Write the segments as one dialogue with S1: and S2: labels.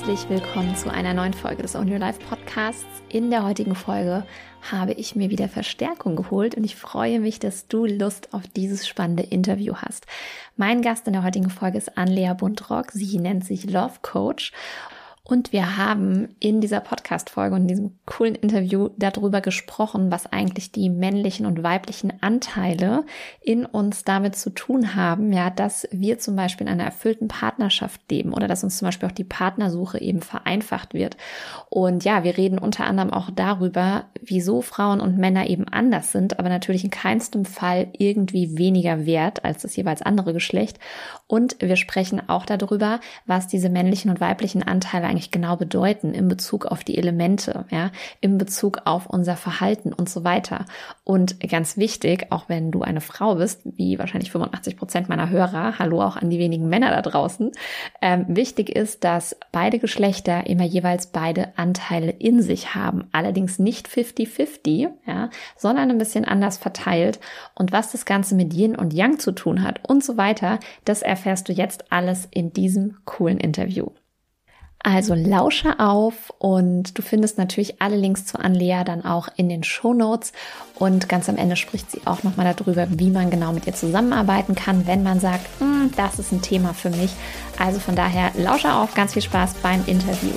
S1: herzlich willkommen zu einer neuen Folge des Own Your Life Podcasts. In der heutigen Folge habe ich mir wieder Verstärkung geholt und ich freue mich, dass du Lust auf dieses spannende Interview hast. Mein Gast in der heutigen Folge ist Anlea Buntrock. Sie nennt sich Love Coach. Und wir haben in dieser Podcast-Folge und in diesem coolen Interview darüber gesprochen, was eigentlich die männlichen und weiblichen Anteile in uns damit zu tun haben, ja, dass wir zum Beispiel in einer erfüllten Partnerschaft leben oder dass uns zum Beispiel auch die Partnersuche eben vereinfacht wird. Und ja, wir reden unter anderem auch darüber, wieso Frauen und Männer eben anders sind, aber natürlich in keinstem Fall irgendwie weniger wert als das jeweils andere Geschlecht. Und wir sprechen auch darüber, was diese männlichen und weiblichen Anteile eigentlich genau bedeuten in Bezug auf die Elemente, ja, in Bezug auf unser Verhalten und so weiter. Und ganz wichtig, auch wenn du eine Frau bist, wie wahrscheinlich 85% meiner Hörer, hallo auch an die wenigen Männer da draußen, wichtig ist, dass beide Geschlechter immer jeweils beide Anteile in sich haben, allerdings nicht 50-50, ja, sondern ein bisschen anders verteilt. Und was das Ganze mit Yin und Yang zu tun hat und so weiter, das erfährst du jetzt alles in diesem coolen Interview. Also lausche auf und du findest natürlich alle Links zu Anlea dann auch in den Shownotes und ganz am Ende spricht sie auch nochmal darüber, wie man genau mit ihr zusammenarbeiten kann, wenn man sagt, das ist ein Thema für mich. Also von daher lausche auf, ganz viel Spaß beim Interview.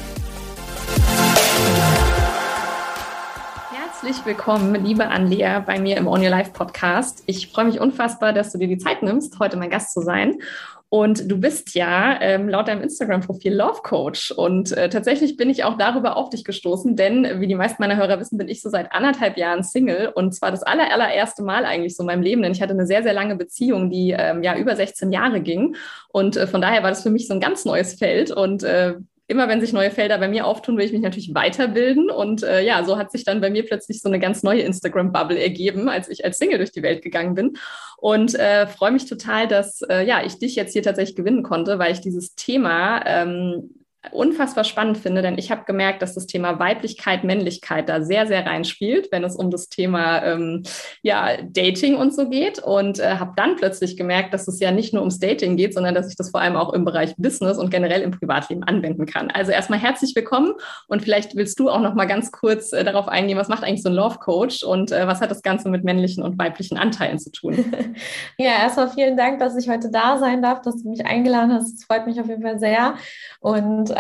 S1: Herzlich willkommen, liebe Anlea, bei mir im Own Your Life Podcast. Ich freue mich unfassbar, dass du dir die Zeit nimmst, heute mein Gast zu sein. Und du bist ja laut deinem Instagram-Profil Love Coach. Und tatsächlich bin ich auch darüber auf dich gestoßen, denn wie die meisten meiner Hörer wissen, bin ich so seit 1,5 Jahren Single. Und zwar das allererste Mal eigentlich so in meinem Leben, denn ich hatte eine sehr, sehr lange Beziehung, die über 16 Jahre ging. Und von daher war das für mich so ein ganz neues Feld. Und immer wenn sich neue Felder bei mir auftun, will ich mich natürlich weiterbilden. Und so hat sich dann bei mir plötzlich so eine ganz neue Instagram-Bubble ergeben, als ich als Single durch die Welt gegangen bin. Und freue mich total, dass ich dich jetzt hier tatsächlich gewinnen konnte, weil ich dieses Thema unfassbar spannend finde, denn ich habe gemerkt, dass das Thema Weiblichkeit, Männlichkeit da sehr, sehr reinspielt, wenn es um das Thema Dating und so geht und habe dann plötzlich gemerkt, dass es ja nicht nur ums Dating geht, sondern dass ich das vor allem auch im Bereich Business und generell im Privatleben anwenden kann. Also erstmal herzlich willkommen und vielleicht willst du auch noch mal ganz kurz darauf eingehen, was macht eigentlich so ein Love Coach und was hat das Ganze mit männlichen und weiblichen Anteilen zu tun?
S2: Ja, erstmal vielen Dank, dass ich heute da sein darf, dass du mich eingeladen hast. Es freut mich auf jeden Fall sehr. Und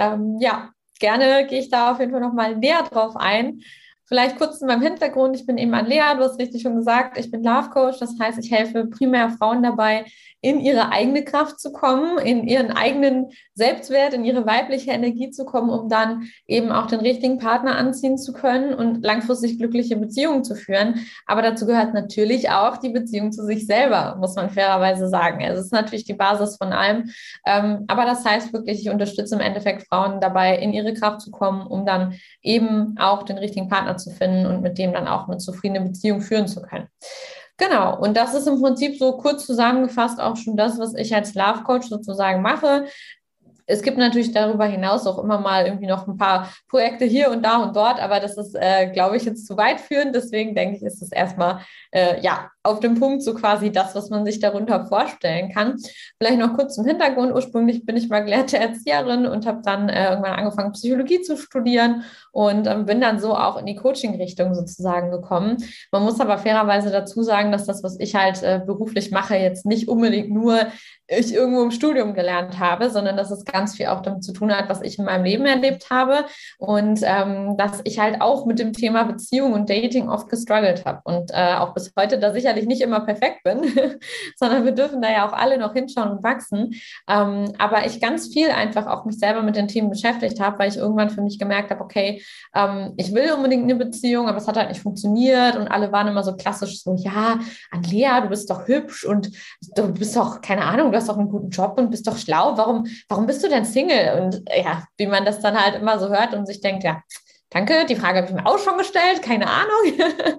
S2: gerne gehe ich da auf jeden Fall nochmal näher drauf ein. Vielleicht kurz zu meinem Hintergrund. Ich bin eben Anlea, du hast richtig schon gesagt, ich bin Love Coach. Das heißt, ich helfe primär Frauen dabei, in ihre eigene Kraft zu kommen, in ihren eigenen Selbstwert, in ihre weibliche Energie zu kommen, um dann eben auch den richtigen Partner anziehen zu können und langfristig glückliche Beziehungen zu führen. Aber dazu gehört natürlich auch die Beziehung zu sich selber, muss man fairerweise sagen. Also es ist natürlich die Basis von allem. Aber das heißt wirklich, ich unterstütze im Endeffekt Frauen dabei, in ihre Kraft zu kommen, um dann eben auch den richtigen Partner zu finden und mit dem dann auch eine zufriedene Beziehung führen zu können. Genau, und das ist im Prinzip so kurz zusammengefasst auch schon das, was ich als Love Coach sozusagen mache. Es gibt natürlich darüber hinaus auch immer mal irgendwie noch ein paar Projekte hier und da und dort, aber das ist, glaube ich, jetzt zu weit führend. Deswegen denke ich, ist es erstmal auf dem Punkt so quasi das, was man sich darunter vorstellen kann. Vielleicht noch kurz zum Hintergrund. Ursprünglich bin ich mal gelernte Erzieherin und habe dann irgendwann angefangen, Psychologie zu studieren und bin dann so auch in die Coaching-Richtung sozusagen gekommen. Man muss aber fairerweise dazu sagen, dass das, was ich halt beruflich mache, jetzt nicht unbedingt nur ich irgendwo im Studium gelernt habe, sondern dass es ganz viel auch damit zu tun hat, was ich in meinem Leben erlebt habe und dass ich halt auch mit dem Thema Beziehung und Dating oft gestruggelt habe und auch bis heute da sicherlich nicht immer perfekt bin, sondern wir dürfen da ja auch alle noch hinschauen und wachsen. Aber ich ganz viel einfach auch mich selber mit den Themen beschäftigt habe, weil ich irgendwann für mich gemerkt habe, okay, ich will unbedingt eine Beziehung, aber es hat halt nicht funktioniert und alle waren immer so klassisch so, ja, Anlea, du bist doch hübsch und du bist doch, keine Ahnung, du hast doch einen guten Job und bist doch schlau, warum bist du denn Single? Und ja, wie man das dann halt immer so hört und sich denkt, ja, danke, die Frage habe ich mir auch schon gestellt, keine Ahnung.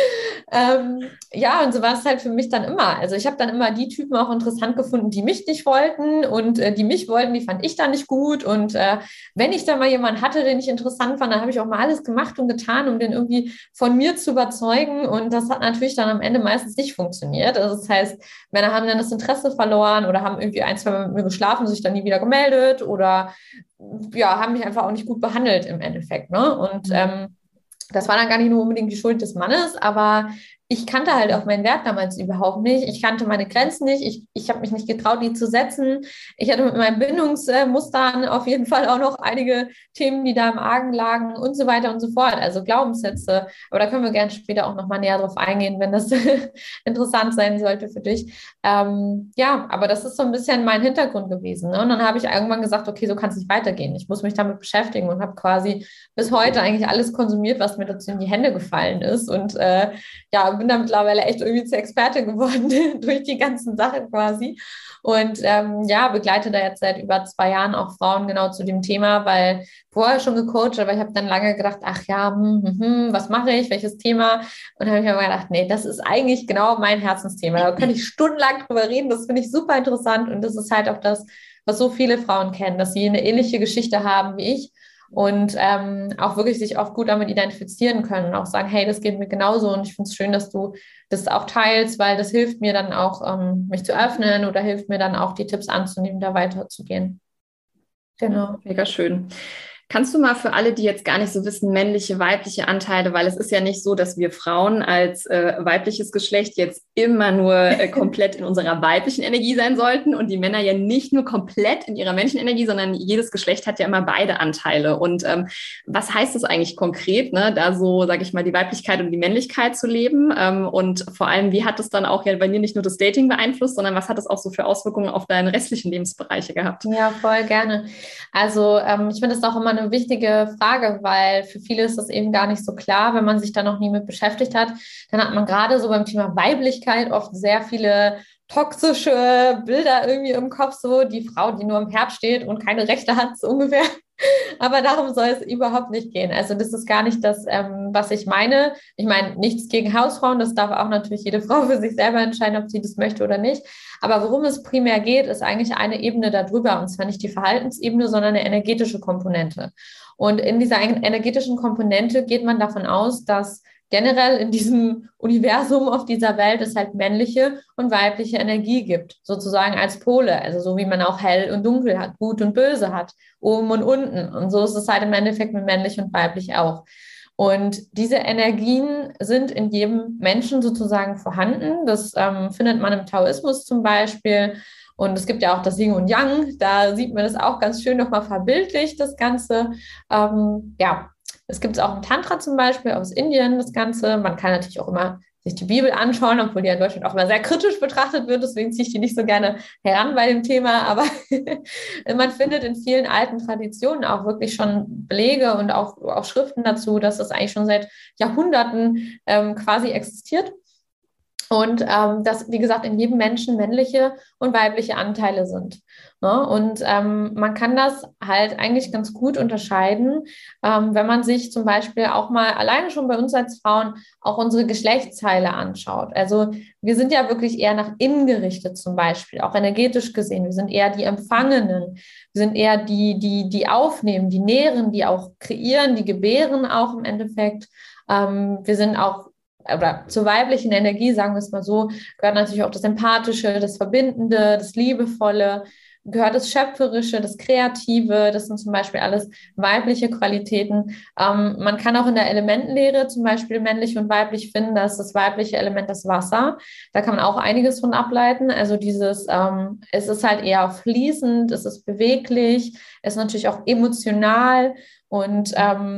S2: Und so war es halt für mich dann immer. Also ich habe dann immer die Typen auch interessant gefunden, die mich nicht wollten und die mich wollten, die fand ich dann nicht gut. Und wenn ich dann mal jemanden hatte, den ich interessant fand, dann habe ich auch mal alles gemacht und getan, um den irgendwie von mir zu überzeugen. Und das hat natürlich dann am Ende meistens nicht funktioniert. Also das heißt, Männer haben dann das Interesse verloren oder haben irgendwie 1, 2 Mal mit mir geschlafen, sich dann nie wieder gemeldet oder ja, haben mich einfach auch nicht gut behandelt im Endeffekt, ne? Und das war dann gar nicht nur unbedingt die Schuld des Mannes, aber ich kannte halt auch meinen Wert damals überhaupt nicht. Ich kannte meine Grenzen nicht. Ich habe mich nicht getraut, die zu setzen. Ich hatte mit meinen Bindungsmustern auf jeden Fall auch noch einige Themen, die da im Argen lagen und so weiter und so fort. Also Glaubenssätze. Aber da können wir gerne später auch nochmal näher drauf eingehen, wenn das interessant sein sollte für dich. Ja, aber das ist so ein bisschen mein Hintergrund gewesen. Ne? Und dann habe ich irgendwann gesagt, okay, so kann es nicht weitergehen. Ich muss mich damit beschäftigen und habe quasi bis heute eigentlich alles konsumiert, was mir dazu in die Hände gefallen ist. Und ja, bin da mittlerweile echt irgendwie zur Expertin geworden durch die ganzen Sachen quasi. Und ja, begleite da jetzt seit über 2 Jahren auch Frauen genau zu dem Thema, weil vorher schon gecoacht, aber ich habe dann lange gedacht, ach ja, was mache ich, welches Thema? Und dann habe ich mir gedacht, nee, das ist eigentlich genau mein Herzensthema. Da könnte ich stundenlang drüber reden, das finde ich super interessant und das ist halt auch das, was so viele Frauen kennen, dass sie eine ähnliche Geschichte haben wie ich und auch wirklich sich oft gut damit identifizieren können und auch sagen, hey, das geht mir genauso und ich finde es schön, dass du das auch teilst, weil das hilft mir dann auch, mich zu öffnen oder hilft mir dann auch, die Tipps anzunehmen, da weiterzugehen.
S3: Genau. Mega schön. Kannst du mal für alle, die jetzt gar nicht so wissen, männliche, weibliche Anteile, weil es ist ja nicht so, dass wir Frauen als weibliches Geschlecht jetzt immer nur komplett in unserer weiblichen Energie sein sollten und die Männer ja nicht nur komplett in ihrer männlichen Energie, sondern jedes Geschlecht hat ja immer beide Anteile. Und was heißt das eigentlich konkret, ne? Da so, sage ich mal, die Weiblichkeit und die Männlichkeit zu leben? Und vor allem, wie hat es dann auch ja bei dir nicht nur das Dating beeinflusst, sondern was hat es auch so für Auswirkungen auf deine restlichen Lebensbereiche gehabt?
S2: Ja, voll gerne. Also ich finde das auch immer eine wichtige Frage, weil für viele ist das eben gar nicht so klar, wenn man sich da noch nie mit beschäftigt hat. Dann hat man gerade so beim Thema Weiblichkeit oft sehr viele toxische Bilder irgendwie im Kopf, so die Frau, die nur im Herd steht und keine Rechte hat, so ungefähr. Aber darum soll es überhaupt nicht gehen. Also das ist gar nicht das, was ich meine. Ich meine, nichts gegen Hausfrauen. Das darf auch natürlich jede Frau für sich selber entscheiden, ob sie das möchte oder nicht. Aber worum es primär geht, ist eigentlich eine Ebene darüber. Und zwar nicht die Verhaltensebene, sondern eine energetische Komponente. Und in dieser energetischen Komponente geht man davon aus, dass generell in diesem Universum auf dieser Welt es halt männliche und weibliche Energie gibt, sozusagen als Pole. Also so wie man auch hell und dunkel hat, gut und böse hat, oben und unten. Und so ist es halt im Endeffekt mit männlich und weiblich auch. Und diese Energien sind in jedem Menschen sozusagen vorhanden. Das findet man im Taoismus zum Beispiel. Und es gibt ja auch das Yin und Yang. Da sieht man das auch ganz schön nochmal verbildlicht, das Ganze. Ja, es gibt es auch im Tantra zum Beispiel aus Indien, das Ganze. Man kann natürlich auch immer sich die Bibel anschauen, obwohl die in Deutschland auch immer sehr kritisch betrachtet wird. Deswegen ziehe ich die nicht so gerne heran bei dem Thema. Aber man findet in vielen alten Traditionen auch wirklich schon Belege und auch Schriften dazu, dass das eigentlich schon seit Jahrhunderten quasi existiert. Und dass, wie gesagt, in jedem Menschen männliche und weibliche Anteile sind. Ne? Und man kann das halt eigentlich ganz gut unterscheiden, wenn man sich zum Beispiel auch mal alleine schon bei uns als Frauen auch unsere Geschlechtsteile anschaut. Also wir sind ja wirklich eher nach innen gerichtet zum Beispiel, auch energetisch gesehen. Wir sind eher die Empfangenen. Wir sind eher die aufnehmen, die nähren, die auch kreieren, die gebären auch im Endeffekt. Wir sind auch oder zur weiblichen Energie, sagen wir es mal so, gehört natürlich auch das Empathische, das Verbindende, das Liebevolle, gehört das Schöpferische, das Kreative, das sind zum Beispiel alles weibliche Qualitäten. Man kann auch in der Elementenlehre zum Beispiel männlich und weiblich finden, dass das weibliche Element das Wasser. Da kann man auch einiges von ableiten. Also es ist halt eher fließend, es ist beweglich, es ist natürlich auch emotional und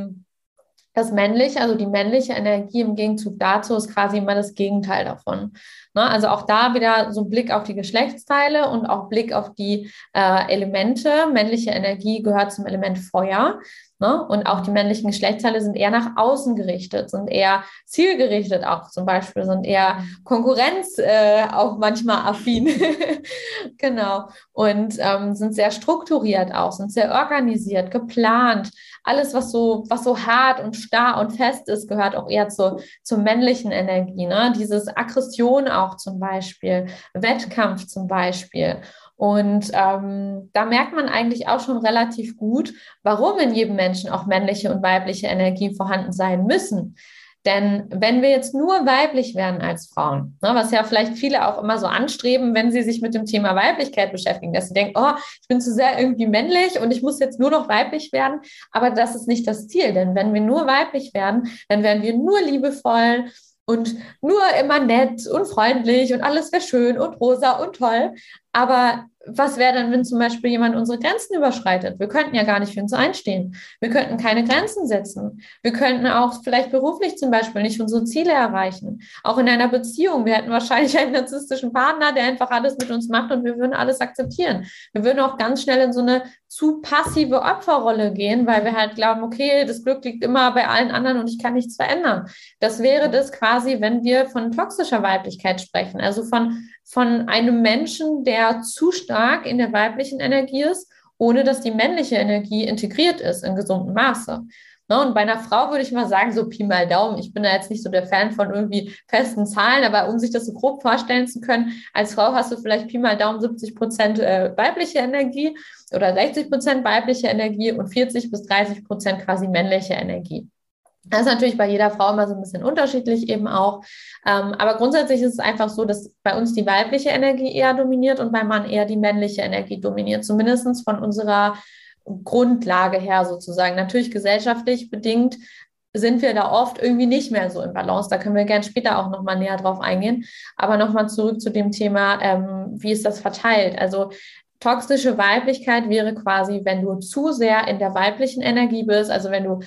S2: das Männliche, also die männliche Energie im Gegenzug dazu ist quasi immer das Gegenteil davon. Ne? Also auch da wieder so ein Blick auf die Geschlechtsteile und auch Blick auf die Elemente. Männliche Energie gehört zum Element Feuer. Ne? Und auch die männlichen Geschlechtsteile sind eher nach außen gerichtet, sind eher zielgerichtet auch zum Beispiel, sind eher Konkurrenz auch manchmal affin. Genau. Und sind sehr strukturiert auch, sind sehr organisiert, geplant. Alles, was so hart und starr und fest ist, gehört auch eher zur männlichen Energie. Ne? Dieses Aggression auch zum Beispiel, Wettkampf zum Beispiel. Und da merkt man eigentlich auch schon relativ gut, warum in jedem Menschen auch männliche und weibliche Energie vorhanden sein müssen. Denn wenn wir jetzt nur weiblich werden als Frauen, ne, was ja vielleicht viele auch immer so anstreben, wenn sie sich mit dem Thema Weiblichkeit beschäftigen, dass sie denken, oh, ich bin zu sehr irgendwie männlich und ich muss jetzt nur noch weiblich werden. Aber das ist nicht das Ziel, denn wenn wir nur weiblich werden, dann werden wir nur liebevoll und nur immer nett und freundlich und alles wäre schön und rosa und toll. Aber was wäre denn, wenn zum Beispiel jemand unsere Grenzen überschreitet? Wir könnten ja gar nicht für uns einstehen. Wir könnten keine Grenzen setzen. Wir könnten auch vielleicht beruflich zum Beispiel nicht unsere Ziele erreichen. Auch in einer Beziehung. Wir hätten wahrscheinlich einen narzisstischen Partner, der einfach alles mit uns macht und wir würden alles akzeptieren. Wir würden auch ganz schnell in so eine zu passive Opferrolle gehen, weil wir halt glauben, okay, das Glück liegt immer bei allen anderen und ich kann nichts verändern. Das wäre das quasi, wenn wir von toxischer Weiblichkeit sprechen, also von einem Menschen, der zu stark in der weiblichen Energie ist, ohne dass die männliche Energie integriert ist in gesundem Maße. Ne? Und bei einer Frau würde ich mal sagen, so Pi mal Daumen, ich bin da jetzt nicht so der Fan von irgendwie festen Zahlen, aber um sich das so grob vorstellen zu können, als Frau hast du vielleicht Pi mal Daumen 70% weibliche Energie oder 60% weibliche Energie und 40-30% quasi männliche Energie. Das ist natürlich bei jeder Frau immer so ein bisschen unterschiedlich eben auch. Aber grundsätzlich ist es einfach so, dass bei uns die weibliche Energie eher dominiert und beim Mann eher die männliche Energie dominiert. Zumindest von unserer Grundlage her sozusagen. Natürlich gesellschaftlich bedingt sind wir da oft irgendwie nicht mehr so im Balance. Da können wir gerne später auch nochmal näher drauf eingehen. Aber nochmal zurück zu dem Thema, wie ist das verteilt? Also toxische Weiblichkeit wäre quasi, wenn du zu sehr in der weiblichen Energie bist, also wenn du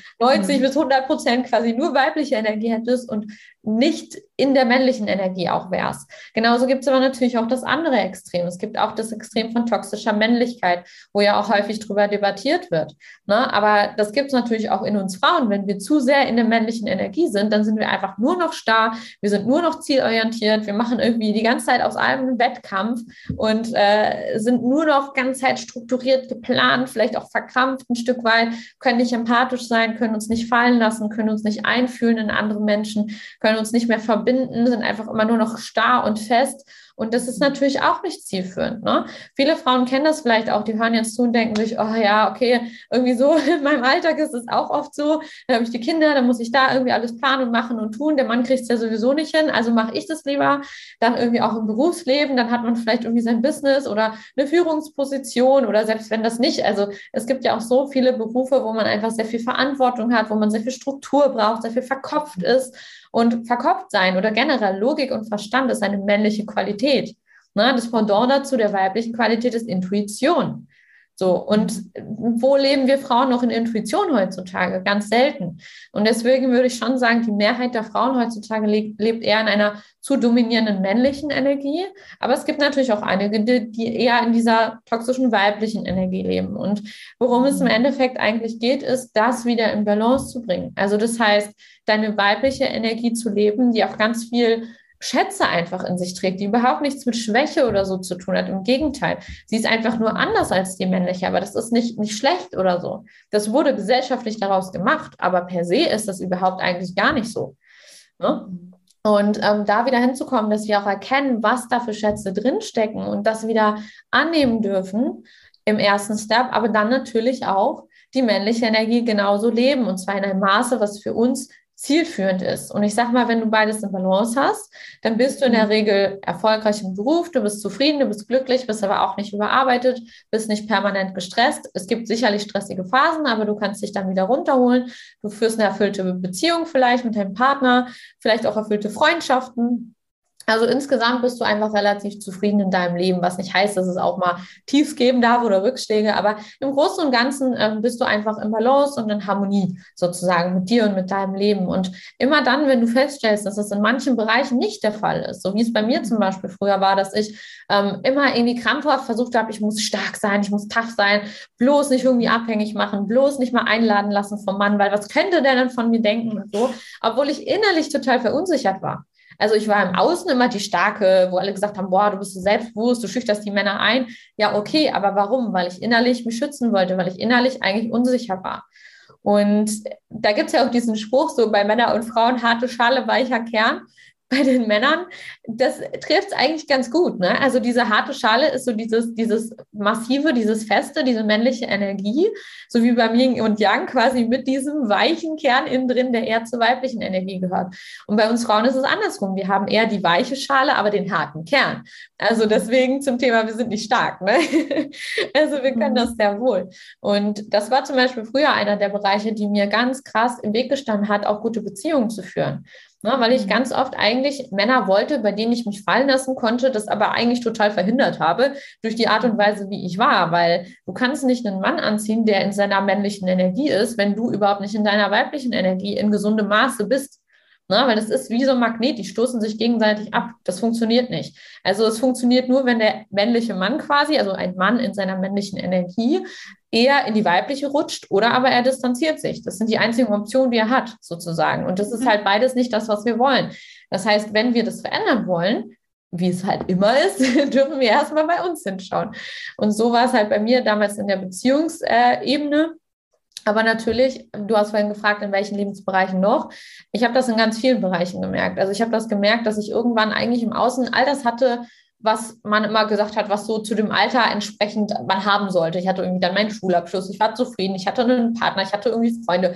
S2: 90-100% quasi nur weibliche Energie hättest und nicht in der männlichen Energie auch wärst. Genauso gibt es aber natürlich auch das andere Extrem. Es gibt auch das Extrem von toxischer Männlichkeit, wo ja auch häufig drüber debattiert wird. Ne? Aber das gibt es natürlich auch in uns Frauen. Wenn wir zu sehr in der männlichen Energie sind, dann sind wir einfach nur noch starr, wir sind nur noch zielorientiert, wir machen irgendwie die ganze Zeit aus allem einen Wettkampf und sind nur noch ganz Zeit strukturiert, geplant, vielleicht auch verkrampft ein Stück weit, können nicht empathisch sein, können uns nicht fallen lassen, können uns nicht einfühlen in andere Menschen, können uns nicht mehr verbinden, sind einfach immer nur noch starr und fest. Und das ist natürlich auch nicht zielführend. Ne? Viele Frauen kennen das vielleicht auch, die hören jetzt zu und denken sich, oh ja, okay, irgendwie so in meinem Alltag ist es auch oft so, da habe ich die Kinder, dann muss ich da irgendwie alles planen und machen und tun. Der Mann kriegt es ja sowieso nicht hin, also mache ich das lieber. Dann irgendwie auch im Berufsleben, dann hat man vielleicht irgendwie sein Business oder eine Führungsposition oder selbst wenn das nicht, also es gibt ja auch so viele Berufe, wo man einfach sehr viel Verantwortung hat, wo man sehr viel Struktur braucht, sehr viel verkopft ist. Und verkopft sein oder generell Logik und Verstand ist eine männliche Qualität. Ne? Das Pendant dazu der weiblichen Qualität ist Intuition. So, und wo leben wir Frauen noch in Intuition heutzutage? Ganz selten. Und deswegen würde ich schon sagen, die Mehrheit der Frauen heutzutage lebt eher in einer zu dominierenden männlichen Energie. Aber es gibt natürlich auch einige, die eher in dieser toxischen weiblichen Energie leben. Und worum es im Endeffekt eigentlich geht, ist, das wieder in Balance zu bringen. Also das heißt, deine weibliche Energie zu leben, die auch ganz viel Schätze einfach in sich trägt, die überhaupt nichts mit Schwäche oder so zu tun hat. Im Gegenteil, sie ist einfach nur anders als die männliche, aber das ist nicht schlecht oder so. Das wurde gesellschaftlich daraus gemacht, aber per se ist das überhaupt eigentlich gar nicht so. Ne? Und da wieder hinzukommen, dass wir auch erkennen, was da für Schätze drinstecken und das wieder annehmen dürfen im ersten Step, aber dann natürlich auch die männliche Energie genauso leben und zwar in einem Maße, was für uns zielführend ist. Und ich sag mal, wenn du beides in Balance hast, dann bist du in der Regel erfolgreich im Beruf, du bist zufrieden, du bist glücklich, bist aber auch nicht überarbeitet, bist nicht permanent gestresst. Es gibt sicherlich stressige Phasen, aber du kannst dich dann wieder runterholen. Du führst eine erfüllte Beziehung vielleicht mit deinem Partner, vielleicht auch erfüllte Freundschaften. Also insgesamt bist du einfach relativ zufrieden in deinem Leben, was nicht heißt, dass es auch mal Tiefs geben darf oder Rückschläge, aber im Großen und Ganzen bist du einfach in Balance und in Harmonie sozusagen mit dir und mit deinem Leben. Und immer dann, wenn du feststellst, dass es in manchen Bereichen nicht der Fall ist, so wie es bei mir zum Beispiel früher war, dass ich immer irgendwie krampfhaft versucht habe, ich muss stark sein, ich muss tough sein, bloß nicht irgendwie abhängig machen, bloß nicht mal einladen lassen vom Mann, weil was könnte der denn von mir denken und so, obwohl ich innerlich total verunsichert war. Also ich war im Außen immer die Starke, wo alle gesagt haben, boah, du bist so selbstbewusst, du schüchterst die Männer ein. Ja, okay, aber warum? Weil ich innerlich mich schützen wollte, weil ich innerlich eigentlich unsicher war. Und da gibt es ja auch diesen Spruch, so bei Männern und Frauen, harte Schale, weicher Kern. bei den Männern, das trifft es eigentlich ganz gut. Ne? Also diese harte Schale ist so dieses massive, dieses feste, diese männliche Energie, so wie beim Yin und Yang quasi mit diesem weichen Kern innen drin, der eher zur weiblichen Energie gehört. Und bei uns Frauen ist es andersrum. Wir haben eher die weiche Schale, aber den harten Kern. Also deswegen zum Thema, wir sind nicht stark. Ne? Also wir können das sehr wohl. Und das war zum Beispiel früher einer der Bereiche, die mir ganz krass im Weg gestanden hat, auch gute Beziehungen zu führen. Na, weil ich ganz oft eigentlich Männer wollte, bei denen ich mich fallen lassen konnte, das aber eigentlich total verhindert habe durch die Art und Weise, wie ich war. Weil du kannst nicht einen Mann anziehen, der in seiner männlichen Energie ist, wenn du überhaupt nicht in deiner weiblichen Energie in gesundem Maße bist. Na, weil das ist wie so ein Magnet, die stoßen sich gegenseitig ab. Das funktioniert nicht. Also es funktioniert nur, wenn der männliche Mann quasi, also ein Mann in seiner männlichen Energie, eher in die weibliche rutscht oder aber er distanziert sich. Das sind die einzigen Optionen, die er hat, sozusagen. Und das ist halt beides nicht das, was wir wollen. Das heißt, wenn wir das verändern wollen, wie es halt immer ist, dürfen wir erstmal bei uns hinschauen. Und so war es halt bei mir damals in der Beziehungsebene. Aber natürlich, du hast vorhin gefragt, in welchen Lebensbereichen noch. Ich habe das in ganz vielen Bereichen gemerkt. Also ich habe das gemerkt, dass ich irgendwann eigentlich im Außen all das hatte, was man immer gesagt hat, was so zu dem Alter entsprechend man haben sollte. Ich hatte irgendwie dann meinen Schulabschluss, ich war zufrieden, ich hatte einen Partner, ich hatte irgendwie Freunde,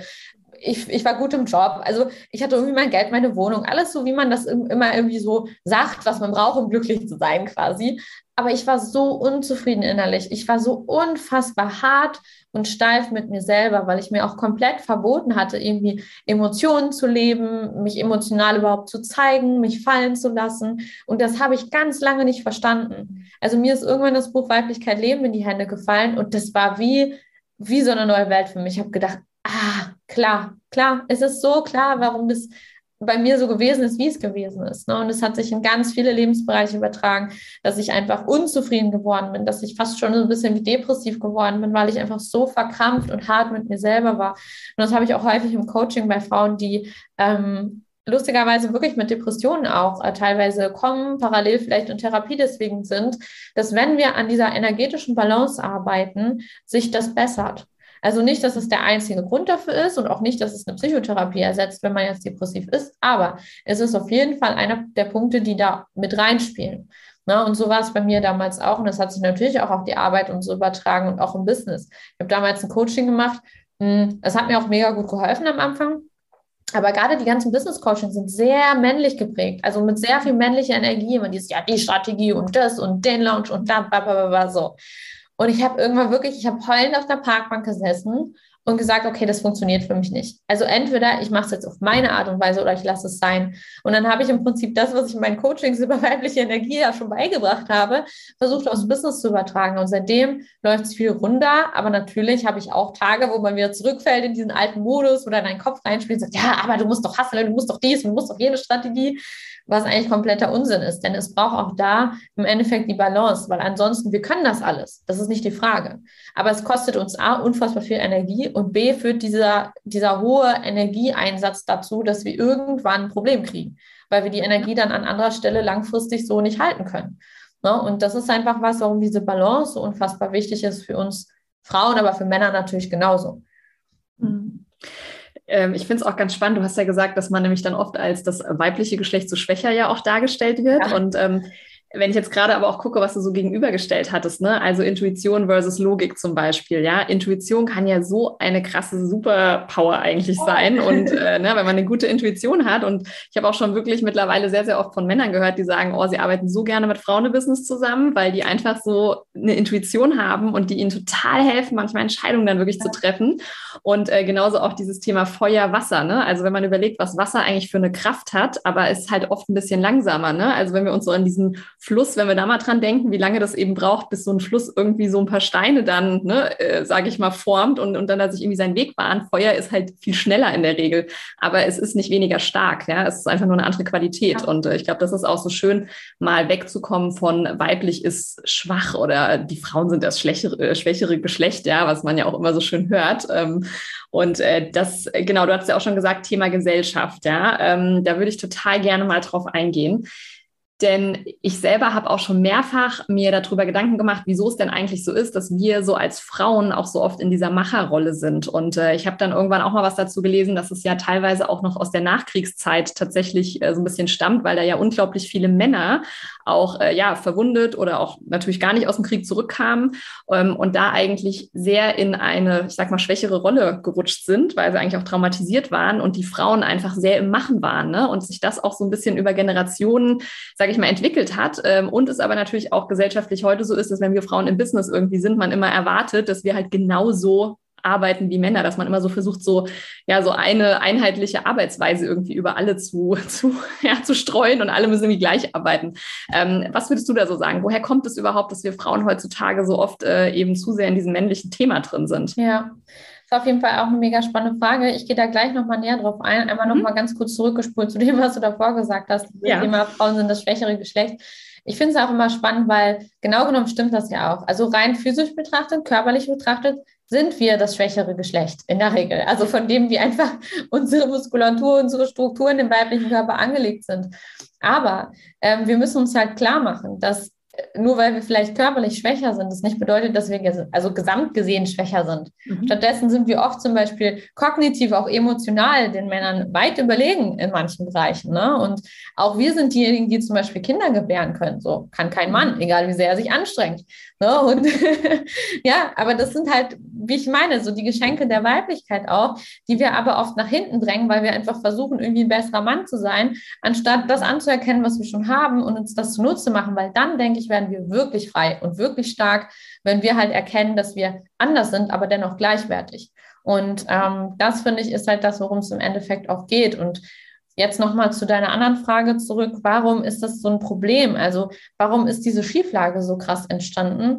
S2: ich war gut im Job, also ich hatte irgendwie mein Geld, meine Wohnung, alles so, wie man das immer irgendwie so sagt, was man braucht, um glücklich zu sein quasi. Aber ich war so unzufrieden innerlich. Ich war so unfassbar hart und steif mit mir selber, weil ich mir auch komplett verboten hatte, irgendwie Emotionen zu leben, mich emotional überhaupt zu zeigen, mich fallen zu lassen. Und das habe ich ganz lange nicht verstanden. Also mir ist irgendwann das Buch Weiblichkeit Leben in die Hände gefallen und das war wie so eine neue Welt für mich. Ich habe gedacht, klar, es ist so klar, warum das bei mir so gewesen ist, wie es gewesen ist. Ne? Und es hat sich in ganz viele Lebensbereiche übertragen, dass ich einfach unzufrieden geworden bin, dass ich fast schon so ein bisschen wie depressiv geworden bin, weil ich einfach so verkrampft und hart mit mir selber war. Und das habe ich auch häufig im Coaching bei Frauen, die lustigerweise wirklich mit Depressionen auch teilweise kommen, parallel vielleicht in Therapie deswegen sind, dass wenn wir an dieser energetischen Balance arbeiten, sich das bessert. Also nicht, dass es der einzige Grund dafür ist und auch nicht, dass es eine Psychotherapie ersetzt, wenn man jetzt depressiv ist, aber es ist auf jeden Fall einer der Punkte, die da mit reinspielen. Na, und so war es bei mir damals auch und das hat sich natürlich auch auf die Arbeit und so übertragen und auch im Business. Ich habe damals ein Coaching gemacht, das hat mir auch mega gut geholfen am Anfang. Aber gerade die ganzen Business-Coachings sind sehr männlich geprägt, also mit sehr viel männlicher Energie. Man dieses, ja, die Strategie und das und den Launch und da, so. Und ich habe irgendwann wirklich, ich habe heulend auf der Parkbank gesessen und gesagt, okay, das funktioniert für mich nicht. Also entweder ich mache es jetzt auf meine Art und Weise oder ich lasse es sein. Und dann habe ich im Prinzip das, was ich in meinen Coachings über weibliche Energie ja schon beigebracht habe, versucht aufs Business zu übertragen. Und seitdem läuft es viel runter. Aber natürlich habe ich auch Tage, wo man wieder zurückfällt in diesen alten Modus oder in deinen Kopf reinspielt und sagt, ja, aber du musst doch hustlen, du musst doch dies, du musst doch jene Strategie, was eigentlich kompletter Unsinn ist. Denn es braucht auch da im Endeffekt die Balance, weil ansonsten, wir können das alles. Das ist nicht die Frage. Aber es kostet uns A, unfassbar viel Energie und B, führt dieser hohe Energieeinsatz dazu, dass wir irgendwann ein Problem kriegen, weil wir die Energie dann an anderer Stelle langfristig so nicht halten können. Ne? Und das ist einfach was, warum diese Balance so unfassbar wichtig ist für uns Frauen, aber für Männer natürlich genauso.
S3: Ich finde es auch ganz spannend. Du hast ja gesagt, dass man nämlich dann oft als das weibliche Geschlecht so schwächer ja auch dargestellt wird. Ja. Und wenn ich jetzt gerade aber auch gucke, was du so gegenübergestellt hattest, ne? Also Intuition versus Logik zum Beispiel, ja. Intuition kann ja so eine krasse Superpower eigentlich sein. Und wenn man eine gute Intuition hat, und ich habe auch schon wirklich mittlerweile sehr, sehr oft von Männern gehört, die sagen, oh, sie arbeiten so gerne mit Frauen im Business zusammen, weil die einfach so eine Intuition haben und die ihnen total helfen, manchmal Entscheidungen dann wirklich zu treffen. Und genauso auch dieses Thema Feuer, Wasser, ne? Also wenn man überlegt, was Wasser eigentlich für eine Kraft hat, aber ist halt oft ein bisschen langsamer, ne? Also wenn wir uns so an diesen Fluss, wenn wir da mal dran denken, wie lange das eben braucht, bis so ein Fluss irgendwie so ein paar Steine dann, sage ich mal, formt und dann da sich irgendwie seinen Weg bahnt. Feuer ist halt viel schneller in der Regel, aber es ist nicht weniger stark, ja, es ist einfach nur eine andere Qualität. Ja. Und ich glaube, das ist auch so schön, mal wegzukommen von weiblich ist schwach oder die Frauen sind das schwächere Geschlecht, ja, was man ja auch immer so schön hört. Und das, genau, du hast ja auch schon gesagt, Thema Gesellschaft, ja, da würde ich total gerne mal drauf eingehen. Denn ich selber habe auch schon mehrfach mir darüber Gedanken gemacht, wieso es denn eigentlich so ist, dass wir so als Frauen auch so oft in dieser Macherrolle sind. Und ich habe dann irgendwann auch mal was dazu gelesen, dass es ja teilweise auch noch aus der Nachkriegszeit tatsächlich so ein bisschen stammt, weil da ja unglaublich viele Männer auch verwundet oder auch natürlich gar nicht aus dem Krieg zurückkamen und da eigentlich sehr in eine, ich sag mal, schwächere Rolle gerutscht sind, weil sie eigentlich auch traumatisiert waren und die Frauen einfach sehr im Machen waren, ne? Und sich das auch so ein bisschen über Generationen, sage ich mal, entwickelt hat. Und es aber natürlich auch gesellschaftlich heute so ist, dass wenn wir Frauen im Business irgendwie sind, man immer erwartet, dass wir halt genauso arbeiten wie Männer, dass man immer so versucht, so eine einheitliche Arbeitsweise irgendwie über alle zu streuen und alle müssen irgendwie gleich arbeiten. Was würdest du da so sagen? Woher kommt es überhaupt, dass wir Frauen heutzutage so oft eben zu sehr in diesem männlichen Thema drin sind?
S2: Ja, ist auf jeden Fall auch eine mega spannende Frage. Ich gehe da gleich nochmal näher drauf ein. Einmal nochmal ganz kurz zurückgespult zu dem, was du davor gesagt hast. Das Thema Frauen sind das schwächere Geschlecht. Ich finde es auch immer spannend, weil genau genommen stimmt das ja auch. Also rein physisch betrachtet, körperlich betrachtet, sind wir das schwächere Geschlecht in der Regel. Also von dem, wie einfach unsere Muskulatur, unsere Strukturen im weiblichen Körper angelegt sind. Aber wir müssen uns halt klar machen, dass nur weil wir vielleicht körperlich schwächer sind, das nicht bedeutet, dass wir also gesamt gesehen schwächer sind. Stattdessen sind wir oft zum Beispiel kognitiv, auch emotional den Männern weit überlegen in manchen Bereichen. Ne? Und auch wir sind diejenigen, die zum Beispiel Kinder gebären können. So kann kein Mann, egal wie sehr er sich anstrengt. Ne? Und ja, aber das sind halt, wie ich meine, so die Geschenke der Weiblichkeit auch, die wir aber oft nach hinten drängen, weil wir einfach versuchen, irgendwie ein besserer Mann zu sein, anstatt das anzuerkennen, was wir schon haben und uns das zunutze machen, weil dann, denke ich, werden wir wirklich frei und wirklich stark, wenn wir halt erkennen, dass wir anders sind, aber dennoch gleichwertig. Und das, finde ich, ist halt das, worum es im Endeffekt auch geht. Und jetzt nochmal zu deiner anderen Frage zurück. Warum ist das so ein Problem? Also warum ist diese Schieflage so krass entstanden?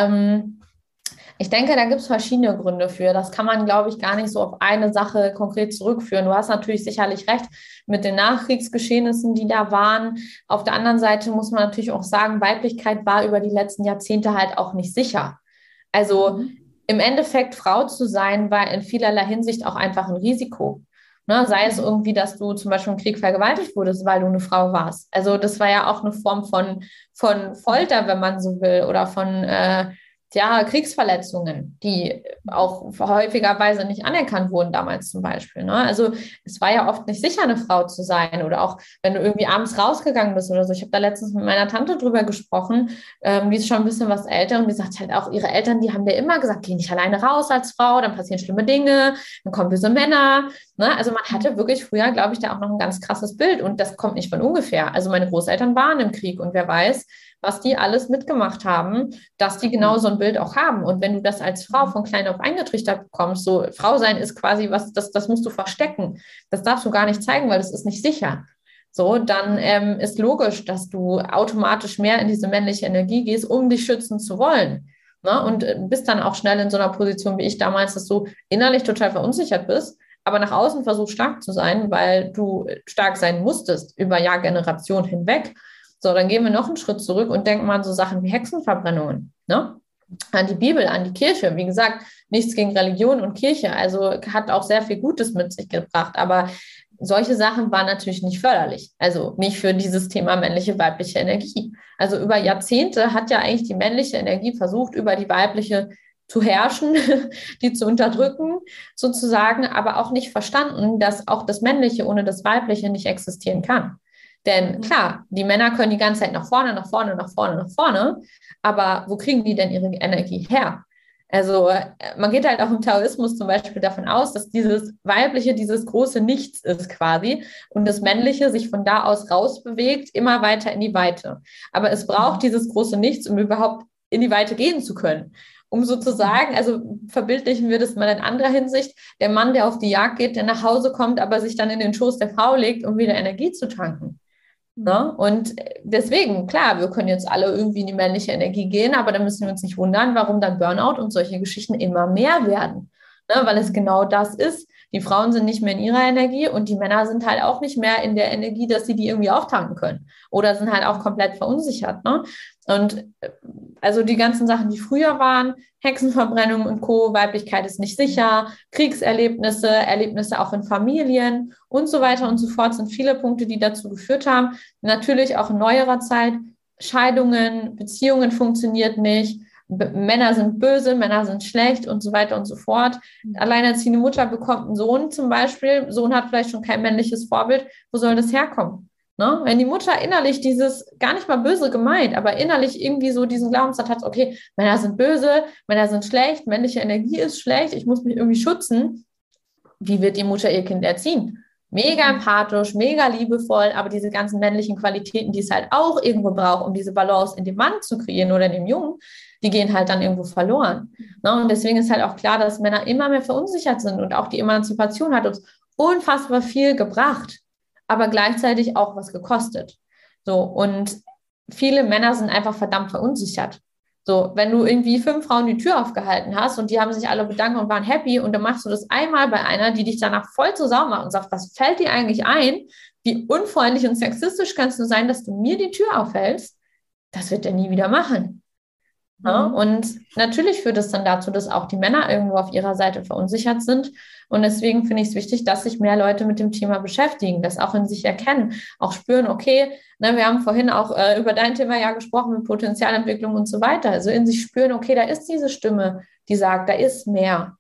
S2: Ich denke, da gibt es verschiedene Gründe für. Das kann man, glaube ich, gar nicht so auf eine Sache konkret zurückführen. Du hast natürlich sicherlich recht mit den Nachkriegsgeschehnissen, die da waren. Auf der anderen Seite muss man natürlich auch sagen, Weiblichkeit war über die letzten Jahrzehnte halt auch nicht sicher. Also im Endeffekt, Frau zu sein, war in vielerlei Hinsicht auch einfach ein Risiko. Ne? Sei es irgendwie, dass du zum Beispiel im Krieg vergewaltigt wurdest, weil du eine Frau warst. Also das war ja auch eine Form von Folter, wenn man so will, oder von Kriegsverletzungen, die auch häufigerweise nicht anerkannt wurden damals zum Beispiel. Ne? Also es war ja oft nicht sicher, eine Frau zu sein oder auch, wenn du irgendwie abends rausgegangen bist oder so. Ich habe da letztens mit meiner Tante drüber gesprochen, die ist schon ein bisschen was älter und die sagt halt auch, ihre Eltern, die haben dir immer gesagt, geh nicht alleine raus als Frau, dann passieren schlimme Dinge, dann kommen böse Männer. Ne? Also man hatte wirklich früher, glaube ich, da auch noch ein ganz krasses Bild und das kommt nicht von ungefähr. Also meine Großeltern waren im Krieg und wer weiß, was die alles mitgemacht haben, dass die genau so ein Bild auch haben. Und wenn du das als Frau von klein auf eingetrichtert bekommst, so Frau sein ist quasi was, das musst du verstecken. Das darfst du gar nicht zeigen, weil das ist nicht sicher. So, dann ist logisch, dass du automatisch mehr in diese männliche Energie gehst, um dich schützen zu wollen. Ne? Und bist dann auch schnell in so einer Position wie ich damals, dass du innerlich total verunsichert bist, aber nach außen versuchst stark zu sein, weil du stark sein musstest über Jahrgenerationen hinweg. So, dann gehen wir noch einen Schritt zurück und denken mal an so Sachen wie Hexenverbrennungen, ne? An die Bibel, an die Kirche. Wie gesagt, nichts gegen Religion und Kirche. Also hat auch sehr viel Gutes mit sich gebracht. Aber solche Sachen waren natürlich nicht förderlich. Also nicht für dieses Thema männliche, weibliche Energie. Also über Jahrzehnte hat ja eigentlich die männliche Energie versucht, über die weibliche zu herrschen, die zu unterdrücken, sozusagen, aber auch nicht verstanden, dass auch das Männliche ohne das Weibliche nicht existieren kann. Denn klar, die Männer können die ganze Zeit nach vorne, nach vorne, nach vorne, nach vorne. Aber wo kriegen die denn ihre Energie her? Also man geht halt auch im Taoismus zum Beispiel davon aus, dass dieses Weibliche dieses große Nichts ist quasi und das Männliche sich von da aus rausbewegt, immer weiter in die Weite. Aber es braucht dieses große Nichts, um überhaupt in die Weite gehen zu können. Um sozusagen, also verbildlichen wir das mal in anderer Hinsicht, der Mann, der auf die Jagd geht, der nach Hause kommt, aber sich dann in den Schoß der Frau legt, um wieder Energie zu tanken. Ne? Und deswegen, klar, wir können jetzt alle irgendwie in die männliche Energie gehen, aber da müssen wir uns nicht wundern, warum dann Burnout und solche Geschichten immer mehr werden. Ne? Weil es genau das ist. Die Frauen sind nicht mehr in ihrer Energie und die Männer sind halt auch nicht mehr in der Energie, dass sie die irgendwie auftanken können oder sind halt auch komplett verunsichert. Ne? Und also die ganzen Sachen, die früher waren, Hexenverbrennung und Co., Weiblichkeit ist nicht sicher, Kriegserlebnisse, Erlebnisse auch in Familien und so weiter und so fort, sind viele Punkte, die dazu geführt haben. Natürlich auch in neuerer Zeit, Scheidungen, Beziehungen funktioniert nicht, Männer sind böse, Männer sind schlecht und so weiter und so fort. Alleinerziehende Mutter bekommt einen Sohn zum Beispiel, Sohn hat vielleicht schon kein männliches Vorbild, wo soll das herkommen? Ne? Wenn die Mutter innerlich dieses, gar nicht mal böse gemeint, aber innerlich irgendwie so diesen Glaubenssatz hat, okay, Männer sind böse, Männer sind schlecht, männliche Energie ist schlecht, ich muss mich irgendwie schützen, wie wird die Mutter ihr Kind erziehen? Mega empathisch, mega liebevoll, aber diese ganzen männlichen Qualitäten, die es halt auch irgendwo braucht, um diese Balance in dem Mann zu kreieren oder in dem Jungen, die gehen halt dann irgendwo verloren. Ne? Und deswegen ist halt auch klar, dass Männer immer mehr verunsichert sind und auch die Emanzipation hat uns unfassbar viel gebracht, aber gleichzeitig auch was gekostet. So, und viele Männer sind einfach verdammt verunsichert. So, wenn du irgendwie 5 Frauen die Tür aufgehalten hast und die haben sich alle bedankt und waren happy und dann machst du das einmal bei einer, die dich danach voll zur Sau macht und sagt, was fällt dir eigentlich ein? Wie unfreundlich und sexistisch kannst du sein, dass du mir die Tür aufhältst? Das wird er nie wieder machen. Ja, und natürlich führt es dann dazu, dass auch die Männer irgendwo auf ihrer Seite verunsichert sind. Und deswegen finde ich es wichtig, dass sich mehr Leute mit dem Thema beschäftigen, das auch in sich erkennen, auch spüren, okay, ne, wir haben vorhin auch über dein Thema ja gesprochen mit Potenzialentwicklung und so weiter. Also in sich spüren, okay, da ist diese Stimme, die sagt, da ist mehr.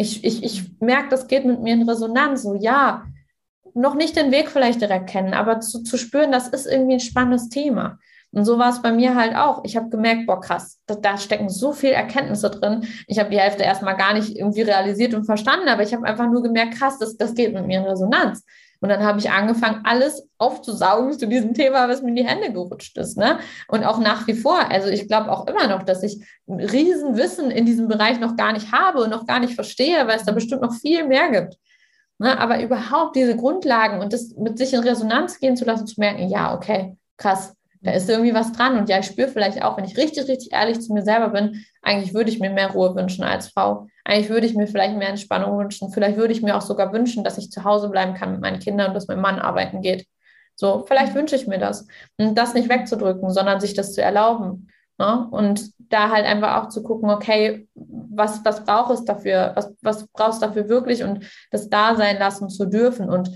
S2: Ich merke, das geht mit mir in Resonanz. So, ja, noch nicht den Weg vielleicht direkt kennen, aber zu spüren, das ist irgendwie ein spannendes Thema. Und so war es bei mir halt auch. Ich habe gemerkt, boah, krass, da stecken so viele Erkenntnisse drin. Ich habe die Hälfte erstmal gar nicht irgendwie realisiert und verstanden, aber ich habe einfach nur gemerkt, krass, das geht mit mir in Resonanz. Und dann habe ich angefangen, alles aufzusaugen zu diesem Thema, was mir in die Hände gerutscht ist. Ne? Und auch nach wie vor, also ich glaube auch immer noch, dass ich ein Riesenwissen in diesem Bereich noch gar nicht habe und noch gar nicht verstehe, weil es da bestimmt noch viel mehr gibt. Ne? Aber überhaupt diese Grundlagen und das mit sich in Resonanz gehen zu lassen, zu merken, ja, okay, krass, da ist irgendwie was dran. Und ja, ich spüre vielleicht auch, wenn ich richtig, richtig ehrlich zu mir selber bin, eigentlich würde ich mir mehr Ruhe wünschen als Frau. Eigentlich würde ich mir vielleicht mehr Entspannung wünschen. Vielleicht würde ich mir auch sogar wünschen, dass ich zu Hause bleiben kann mit meinen Kindern und dass mein Mann arbeiten geht. So, vielleicht wünsche ich mir das. Und das nicht wegzudrücken, sondern sich das zu erlauben. Ne? Und da halt einfach auch zu gucken, okay, was braucht es dafür? Was brauchst du dafür wirklich? Und das da sein lassen zu dürfen und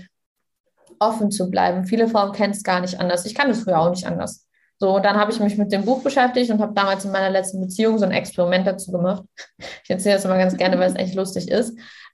S2: offen zu bleiben. Viele Frauen kennen es gar nicht anders. Ich kann es früher auch nicht anders. So, und dann habe ich mich mit dem Buch beschäftigt und habe damals in meiner letzten Beziehung so ein Experiment dazu gemacht. Ich erzähle das immer ganz gerne, weil es echt lustig ist.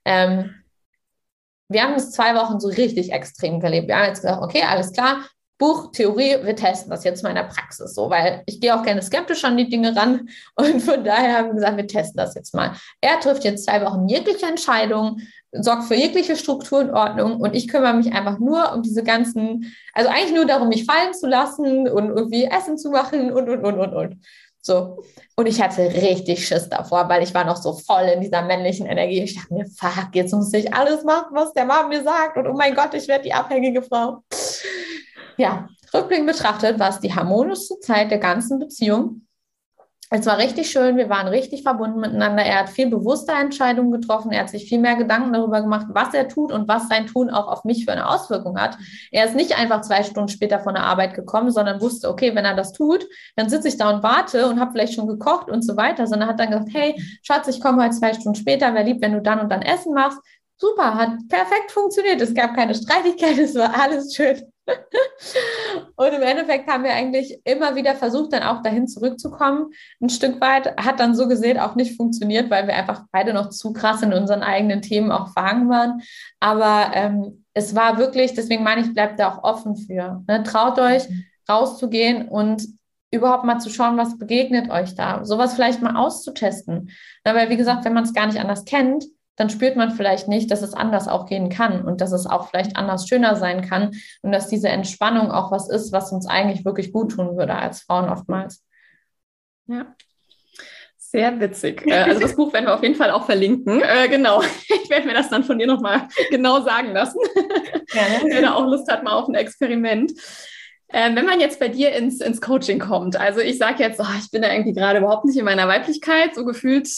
S2: Wir haben es 2 Wochen so richtig extrem gelebt. Wir haben jetzt gesagt, okay, alles klar, Buch, Theorie, wir testen das jetzt mal in der Praxis so, weil ich gehe auch gerne skeptisch an die Dinge ran und von daher haben wir gesagt, wir testen das jetzt mal. Er trifft jetzt 2 Wochen jegliche Entscheidungen, sorgt für jegliche Struktur und Ordnung und ich kümmere mich einfach nur um diese ganzen, also eigentlich nur darum, mich fallen zu lassen und irgendwie Essen zu machen und. So. Und ich hatte richtig Schiss davor, weil ich war noch so voll in dieser männlichen Energie. Ich dachte mir, fuck, jetzt muss ich alles machen, was der Mann mir sagt und oh mein Gott, ich werde die abhängige Frau. Ja, rückblickend betrachtet war es die harmonischste Zeit der ganzen Beziehung. Es war richtig schön, wir waren richtig verbunden miteinander. Er hat viel bewusster Entscheidungen getroffen, er hat sich viel mehr Gedanken darüber gemacht, was er tut und was sein Tun auch auf mich für eine Auswirkung hat. Er ist nicht einfach 2 Stunden später von der Arbeit gekommen, sondern wusste, okay, wenn er das tut, dann sitze ich da und warte und habe vielleicht schon gekocht und so weiter, sondern hat dann gesagt, hey, Schatz, ich komme heute 2 Stunden später, wäre lieb, wenn du dann und dann Essen machst. Super, hat perfekt funktioniert, es gab keine Streitigkeiten, es war alles schön. Und im Endeffekt haben wir eigentlich immer wieder versucht, dann auch dahin zurückzukommen. Ein Stück weit hat dann so gesehen auch nicht funktioniert, weil wir einfach beide noch zu krass in unseren eigenen Themen auch verhangen waren. Aber es war wirklich, deswegen meine ich, bleibt da auch offen für. Ne? Traut euch, rauszugehen und überhaupt mal zu schauen, was begegnet euch da. Sowas vielleicht mal auszutesten. Na, weil wie gesagt, wenn man es gar nicht anders kennt, dann spürt man vielleicht nicht, dass es anders auch gehen kann und dass es auch vielleicht anders schöner sein kann und dass diese Entspannung auch was ist, was uns eigentlich wirklich gut tun würde als Frauen oftmals.
S3: Ja, sehr witzig. Also das Buch werden wir auf jeden Fall auch verlinken. Genau, ich werde mir das dann von dir nochmal genau sagen lassen. Ja, ne? Wer da auch Lust hat, mal auf ein Experiment. Wenn man jetzt bei dir ins Coaching kommt, also ich sage jetzt, ich bin da irgendwie gerade überhaupt nicht in meiner Weiblichkeit, so gefühlt,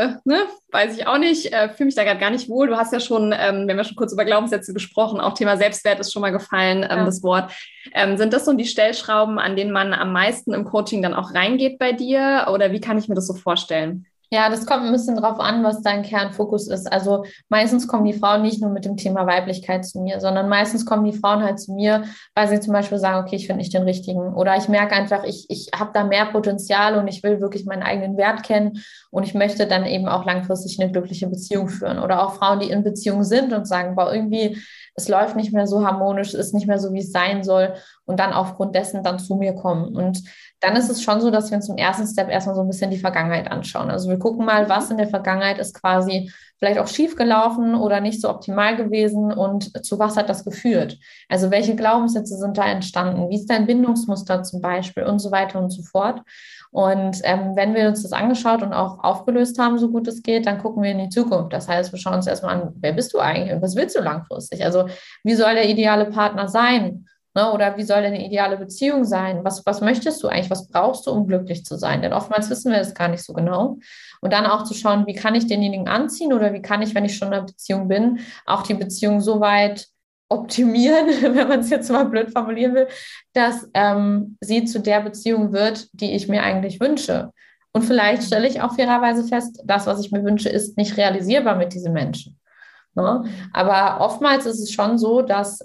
S3: weiß ich auch nicht, fühle mich da gerade gar nicht wohl. Du hast ja schon, wir haben ja schon kurz über Glaubenssätze gesprochen, auch Thema Selbstwert ist schon mal gefallen, das Wort. Sind das so die Stellschrauben, an denen man am meisten im Coaching dann auch reingeht bei dir, oder wie kann ich mir das so vorstellen?
S2: Ja, das kommt ein bisschen drauf an, was dein Kernfokus ist. Also meistens kommen die Frauen nicht nur mit dem Thema Weiblichkeit zu mir, sondern meistens kommen die Frauen halt zu mir, weil sie zum Beispiel sagen, okay, ich finde nicht den richtigen. Oder ich merke einfach, ich habe da mehr Potenzial und ich will wirklich meinen eigenen Wert kennen und ich möchte dann eben auch langfristig eine glückliche Beziehung führen. Oder auch Frauen, die in Beziehung sind und sagen, boah, irgendwie, es läuft nicht mehr so harmonisch, es ist nicht mehr so, wie es sein soll und dann aufgrund dessen dann zu mir kommen. Und dann ist es schon so, dass wir uns im ersten Step erstmal so ein bisschen die Vergangenheit anschauen. Also wir gucken mal, was in der Vergangenheit ist quasi vielleicht auch schief gelaufen oder nicht so optimal gewesen und zu was hat das geführt. Also welche Glaubenssätze sind da entstanden? Wie ist dein Bindungsmuster zum Beispiel und so weiter und so fort. Und wenn wir uns das angeschaut und auch aufgelöst haben, so gut es geht, dann gucken wir in die Zukunft. Das heißt, wir schauen uns erstmal an, wer bist du eigentlich und was willst du langfristig? Also wie soll der ideale Partner sein? Ne? Oder wie soll eine ideale Beziehung sein? Was möchtest du eigentlich? Was brauchst du, um glücklich zu sein? Denn oftmals wissen wir es gar nicht so genau. Und dann auch zu schauen, wie kann ich denjenigen anziehen oder wie kann ich, wenn ich schon in einer Beziehung bin, auch die Beziehung so weit optimieren, wenn man es jetzt mal blöd formulieren will, dass sie zu der Beziehung wird, die ich mir eigentlich wünsche. Und vielleicht stelle ich auch fairerweise fest, das, was ich mir wünsche, ist nicht realisierbar mit diesen Menschen. Ne? Aber oftmals ist es schon so, dass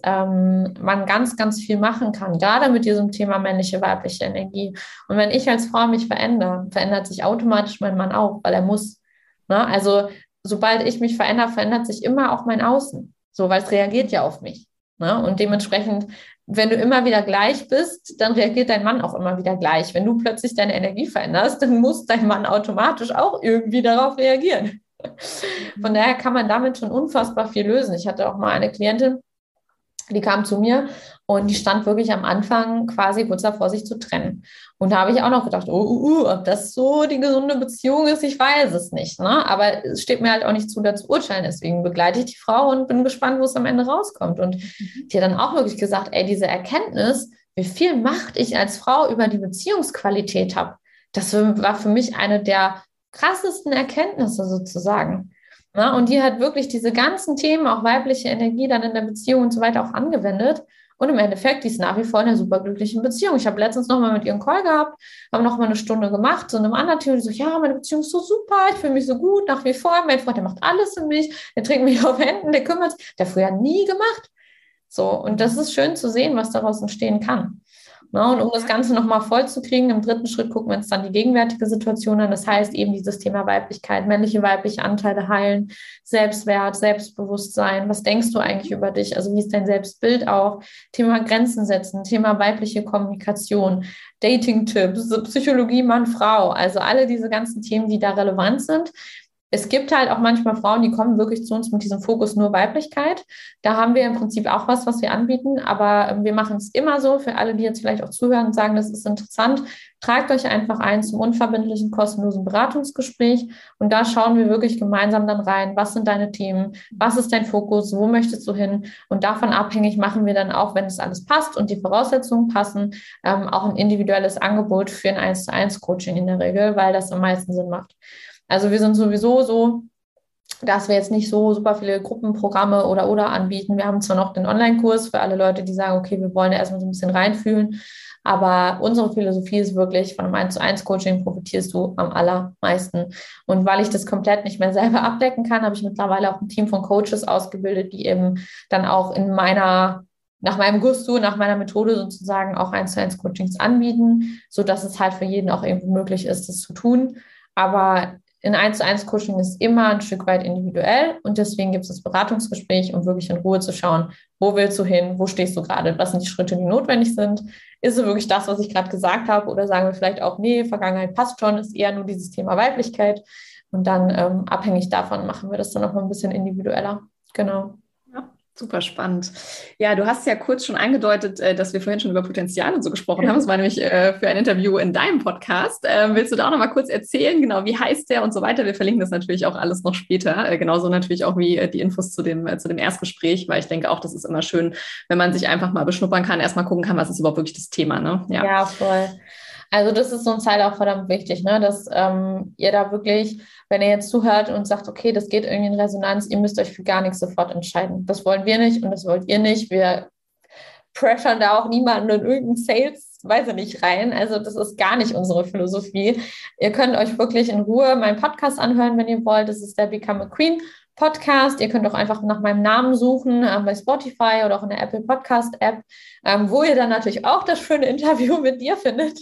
S2: man ganz, ganz viel machen kann, gerade mit diesem Thema männliche, weibliche Energie. Und wenn ich als Frau mich verändere, verändert sich automatisch mein Mann auch, weil er muss. Ne? Also sobald ich mich verändere, verändert sich immer auch mein Außen. So, weil es reagiert ja auf mich. Ne? Und dementsprechend, wenn du immer wieder gleich bist, dann reagiert dein Mann auch immer wieder gleich. Wenn du plötzlich deine Energie veränderst, dann muss dein Mann automatisch auch irgendwie darauf reagieren. Von daher kann man damit schon unfassbar viel lösen. Ich hatte auch mal eine Klientin, die kam zu mir und die stand wirklich am Anfang quasi kurz davor, sich zu trennen. Und da habe ich auch noch gedacht, ob das so die gesunde Beziehung ist, ich weiß es nicht. Ne? Aber es steht mir halt auch nicht zu, da zu urteilen. Deswegen begleite ich die Frau und bin gespannt, wo es am Ende rauskommt. Und die hat dann auch wirklich gesagt, ey, diese Erkenntnis, wie viel Macht ich als Frau über die Beziehungsqualität habe, das war für mich eine der krassesten Erkenntnisse sozusagen. Ja, und die hat wirklich diese ganzen Themen, auch weibliche Energie dann in der Beziehung und so weiter auch angewendet. Und im Endeffekt, die ist nach wie vor in einer superglücklichen Beziehung. Ich habe letztens nochmal mit ihr einen Call gehabt, haben nochmal eine Stunde gemacht, so in einem anderen Thema, die so, ja, meine Beziehung ist so super, ich fühle mich so gut, nach wie vor. Mein Freund, der macht alles für mich, der trägt mich auf Händen, der kümmert sich, der hat früher nie gemacht. So, und das ist schön zu sehen, was daraus entstehen kann. Ne? Und um das Ganze nochmal voll zu kriegen, im dritten Schritt gucken wir uns dann die gegenwärtige Situation an. Das heißt eben dieses Thema Weiblichkeit, männliche, weibliche Anteile heilen, Selbstwert, Selbstbewusstsein. Was denkst du eigentlich über dich? Also wie ist dein Selbstbild auch? Thema Grenzen setzen, Thema weibliche Kommunikation, Dating-Tipps, Psychologie Mann, Frau. Also alle diese ganzen Themen, die da relevant sind. Es gibt halt auch manchmal Frauen, die kommen wirklich zu uns mit diesem Fokus nur Weiblichkeit. Da haben wir im Prinzip auch was wir anbieten, aber wir machen es immer so, für alle, die jetzt vielleicht auch zuhören und sagen, das ist interessant, tragt euch einfach ein zum unverbindlichen, kostenlosen Beratungsgespräch und da schauen wir wirklich gemeinsam dann rein, was sind deine Themen, was ist dein Fokus, wo möchtest du hin und davon abhängig machen wir dann auch, wenn es alles passt und die Voraussetzungen passen, auch ein individuelles Angebot für ein 1:1 Coaching in der Regel, weil das am meisten Sinn macht. Also wir sind sowieso so, dass wir jetzt nicht so super viele Gruppenprogramme oder anbieten. Wir haben zwar noch den Online-Kurs für alle Leute, die sagen, okay, wir wollen da erstmal so ein bisschen reinfühlen, aber unsere Philosophie ist wirklich, von einem 1:1 Coaching profitierst du am allermeisten. Und weil ich das komplett nicht mehr selber abdecken kann, habe ich mittlerweile auch ein Team von Coaches ausgebildet, die eben dann auch nach meinem Gusto, nach meiner Methode sozusagen auch 1:1 Coachings anbieten, sodass es halt für jeden auch irgendwie möglich ist, das zu tun. Aber in 1:1 Coaching ist immer ein Stück weit individuell und deswegen gibt es das Beratungsgespräch, um wirklich in Ruhe zu schauen, wo willst du hin, wo stehst du gerade, was sind die Schritte, die notwendig sind. Ist es wirklich das, was ich gerade gesagt habe oder sagen wir vielleicht auch, nee, Vergangenheit passt schon, ist eher nur dieses Thema Weiblichkeit und dann abhängig davon machen wir das dann noch mal ein bisschen individueller. Genau.
S3: Ja. Super spannend. Ja, du hast ja kurz schon angedeutet, dass wir vorhin schon über Potenzial und so gesprochen haben. Das war nämlich für ein Interview in deinem Podcast. Willst du da auch noch mal kurz erzählen, genau, wie heißt der und so weiter? Wir verlinken das natürlich auch alles noch später. Genauso natürlich auch wie die Infos zu dem Erstgespräch, weil ich denke auch, das ist immer schön, wenn man sich einfach mal beschnuppern kann, erstmal gucken kann, was ist überhaupt wirklich das Thema, ne?
S2: Ja, voll. Also das ist uns halt auch verdammt wichtig, ne? Dass ihr da wirklich, wenn ihr jetzt zuhört und sagt, okay, das geht irgendwie in Resonanz, ihr müsst euch für gar nichts sofort entscheiden. Das wollen wir nicht und das wollt ihr nicht. Wir pressern da auch niemanden in irgendeinen Sales, weiß ich nicht, rein. Also das ist gar nicht unsere Philosophie. Ihr könnt euch wirklich in Ruhe meinen Podcast anhören, wenn ihr wollt. Das ist der Become a Queen Podcast. Ihr könnt auch einfach nach meinem Namen suchen bei Spotify oder auch in der Apple Podcast App, wo ihr dann natürlich auch das schöne Interview mit dir findet.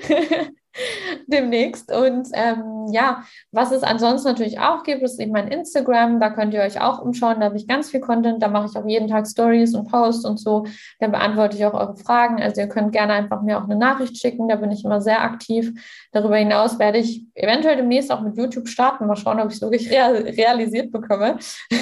S2: Demnächst. Und ja, was es ansonsten natürlich auch gibt, ist eben mein Instagram. Da könnt ihr euch auch umschauen. Da habe ich ganz viel Content. Da mache ich auch jeden Tag Stories und Posts und so. Da beantworte ich auch eure Fragen. Also ihr könnt gerne einfach mir auch eine Nachricht schicken. Da bin ich immer sehr aktiv. Darüber hinaus werde ich eventuell demnächst auch mit YouTube starten. Mal schauen, ob ich es wirklich realisiert bekomme.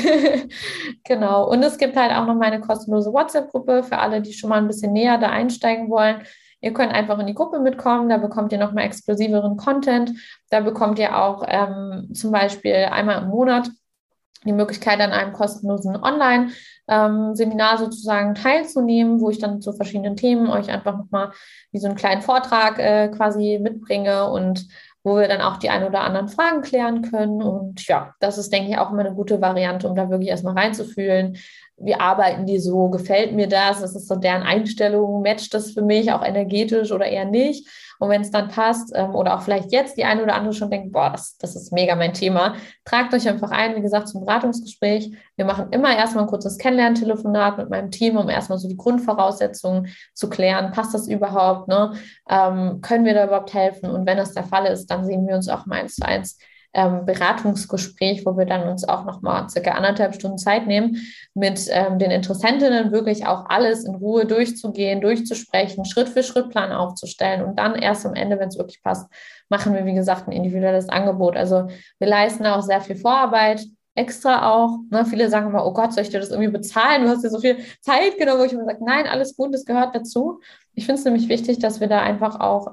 S2: Genau. Und es gibt halt auch noch meine kostenlose WhatsApp-Gruppe für alle, die schon mal ein bisschen näher da einsteigen wollen. Ihr könnt einfach in die Gruppe mitkommen, da bekommt ihr nochmal exklusiveren Content. Da bekommt ihr auch zum Beispiel einmal im Monat die Möglichkeit, an einem kostenlosen Online-Seminar sozusagen teilzunehmen, wo ich dann zu verschiedenen Themen euch einfach nochmal wie so einen kleinen Vortrag quasi mitbringe und wo wir dann auch die ein oder anderen Fragen klären können. Und ja, das ist, denke ich, auch immer eine gute Variante, um da wirklich erstmal reinzufühlen. Wie arbeiten die so? Gefällt mir das? Das ist so deren Einstellung. Matcht das für mich auch energetisch oder eher nicht? Und wenn es dann passt oder auch vielleicht jetzt die eine oder andere schon denkt, boah, das ist mega mein Thema, tragt euch einfach ein, wie gesagt, zum Beratungsgespräch. Wir machen immer erstmal ein kurzes Kennenlerntelefonat mit meinem Team, um erstmal so die Grundvoraussetzungen zu klären. Passt das überhaupt? Ne? Können wir da überhaupt helfen? Und wenn das der Fall ist, dann sehen wir uns auch mal 1:1 Beratungsgespräch, wo wir dann uns auch nochmal circa 1,5 Stunden Zeit nehmen, mit den Interessentinnen wirklich auch alles in Ruhe durchzugehen, durchzusprechen, Schritt für Schritt Plan aufzustellen und dann erst am Ende, wenn es wirklich passt, machen wir, wie gesagt, ein individuelles Angebot. Also wir leisten auch sehr viel Vorarbeit, extra auch. Ne? Viele sagen immer, oh Gott, soll ich dir das irgendwie bezahlen? Du hast dir so viel Zeit genommen, wo ich immer sage, nein, alles gut, das gehört dazu. Ich finde es nämlich wichtig, dass wir da einfach auch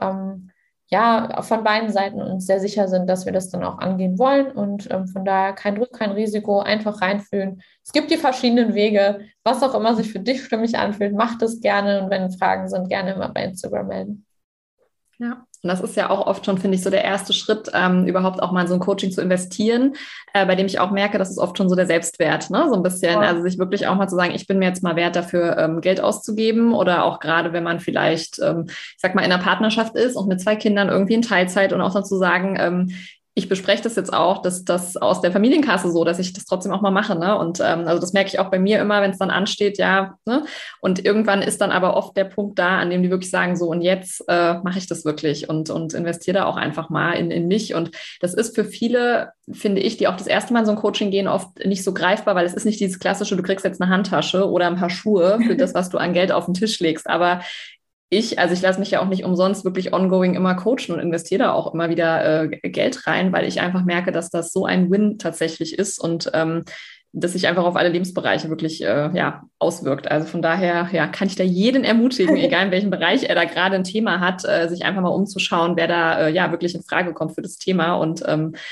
S2: ja, von beiden Seiten uns sehr sicher sind, dass wir das dann auch angehen wollen und von daher kein Druck, kein Risiko, einfach reinfühlen. Es gibt die verschiedenen Wege, was auch immer sich für dich stimmig anfühlt, mach das gerne und wenn Fragen sind, gerne immer bei Instagram melden.
S3: Ja, und das ist ja auch oft schon, finde ich, so der erste Schritt, überhaupt auch mal in so ein Coaching zu investieren, bei dem ich auch merke, das ist oft schon so der Selbstwert, ne? So ein bisschen,
S2: Ja.
S3: also sich wirklich auch mal zu sagen, ich bin mir jetzt mal wert dafür, Geld auszugeben oder auch gerade, wenn man vielleicht, ich sag mal, in einer Partnerschaft ist und mit 2 Kindern irgendwie in Teilzeit und auch dann zu sagen, ich bespreche das jetzt auch, dass das aus der Familienkasse so, dass ich das trotzdem auch mal mache, ne? Und also das merke ich auch bei mir immer, wenn es dann ansteht, ja, ne? Und irgendwann ist dann aber oft der Punkt da, an dem die wirklich sagen, so und jetzt mache ich das wirklich und investiere da auch einfach mal in mich. Und das ist für viele, finde ich, die auch das erste Mal in so ein Coaching gehen, oft nicht so greifbar, weil es ist nicht dieses klassische, du kriegst jetzt eine Handtasche oder ein paar Schuhe für das, was du an Geld auf den Tisch legst. Aber ich lasse mich ja auch nicht umsonst wirklich ongoing immer coachen und investiere da auch immer wieder Geld rein, weil ich einfach merke, dass das so ein Win tatsächlich ist und das sich einfach auf alle Lebensbereiche wirklich auswirkt. Also von daher kann ich da jeden ermutigen, egal in welchem Bereich er da gerade ein Thema hat, sich einfach mal umzuschauen, wer da wirklich in Frage kommt für das Thema. Und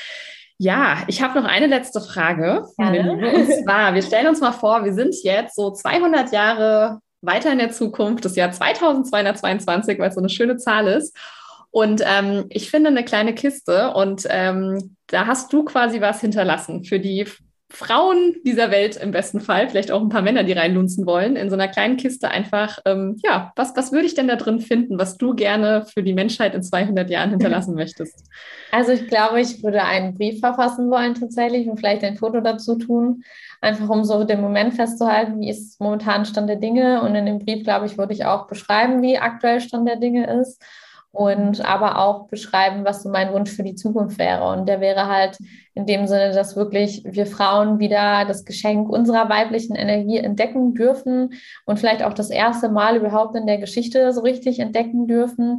S3: ich habe noch eine letzte Frage, meine Liebe. Und zwar, wir stellen uns mal vor, wir sind jetzt so 200 Jahre weiter in der Zukunft, das Jahr 2222, weil es so eine schöne Zahl ist. Und ich finde eine kleine Kiste und da hast du quasi was hinterlassen für die Frauen dieser Welt im besten Fall, vielleicht auch ein paar Männer, die reinlunzen wollen, in so einer kleinen Kiste einfach, was würde ich denn da drin finden, was du gerne für die Menschheit in 200 Jahren hinterlassen möchtest?
S2: Also ich glaube, ich würde einen Brief verfassen wollen tatsächlich und vielleicht ein Foto dazu tun, einfach um so den Moment festzuhalten, wie ist momentan Stand der Dinge. Und in dem Brief, glaube ich, würde ich auch beschreiben, wie aktuell Stand der Dinge ist und aber auch beschreiben, was so mein Wunsch für die Zukunft wäre. Und der wäre halt in dem Sinne, dass wirklich wir Frauen wieder das Geschenk unserer weiblichen Energie entdecken dürfen und vielleicht auch das erste Mal überhaupt in der Geschichte so richtig entdecken dürfen.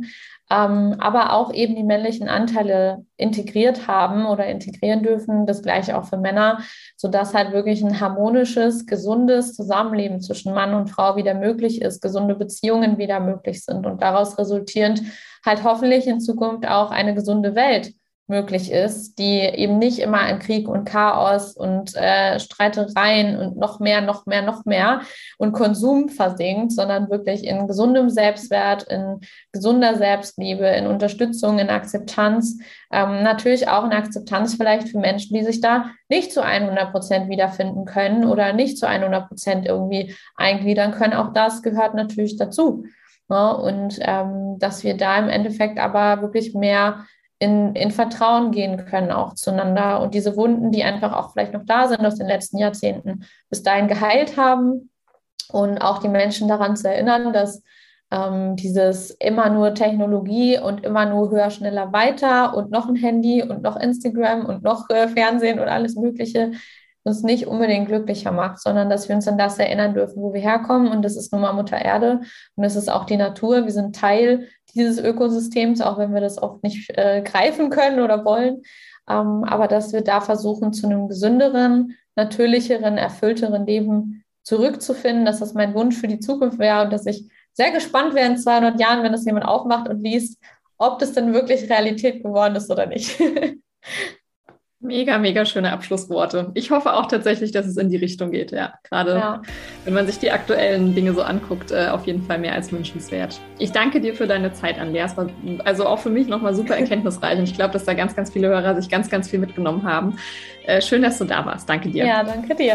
S2: aber auch eben die männlichen Anteile integriert haben oder integrieren dürfen. Das Gleiche auch für Männer, sodass halt wirklich ein harmonisches, gesundes Zusammenleben zwischen Mann und Frau wieder möglich ist, gesunde Beziehungen wieder möglich sind und daraus resultierend halt hoffentlich in Zukunft auch eine gesunde Welt möglich ist, die eben nicht immer in Krieg und Chaos und Streitereien und noch mehr und Konsum versinkt, sondern wirklich in gesundem Selbstwert, in gesunder Selbstliebe, in Unterstützung, in Akzeptanz. Natürlich auch in Akzeptanz vielleicht für Menschen, die sich da nicht zu 100% wiederfinden können oder nicht zu 100% irgendwie eingliedern können. Auch das gehört natürlich dazu. Ja, und dass wir da im Endeffekt aber wirklich mehr in Vertrauen gehen können auch zueinander und diese Wunden, die einfach auch vielleicht noch da sind aus den letzten Jahrzehnten, bis dahin geheilt haben und auch die Menschen daran zu erinnern, dass dieses immer nur Technologie und immer nur höher, schneller, weiter und noch ein Handy und noch Instagram und noch Fernsehen und alles Mögliche uns nicht unbedingt glücklicher macht, sondern dass wir uns an das erinnern dürfen, wo wir herkommen. Und das ist nun mal Mutter Erde und das ist auch die Natur. Wir sind Teil dieses Ökosystems, auch wenn wir das oft nicht greifen können oder wollen. Aber dass wir da versuchen, zu einem gesünderen, natürlicheren, erfüllteren Leben zurückzufinden, dass das mein Wunsch für die Zukunft wäre und dass ich sehr gespannt wäre in 200 Jahren, wenn das jemand aufmacht und liest, ob das denn wirklich Realität geworden ist oder nicht.
S3: Mega, mega schöne Abschlussworte. Ich hoffe auch tatsächlich, dass es in die Richtung geht. Ja, gerade wenn man sich die aktuellen Dinge so anguckt, auf jeden Fall mehr als wünschenswert. Ich danke dir für deine Zeit, Andrea. Es war also auch für mich nochmal super erkenntnisreich und ich glaube, dass da ganz, ganz viele Hörer sich ganz, ganz viel mitgenommen haben. Schön, dass du da warst. Danke dir.
S2: Ja, danke dir.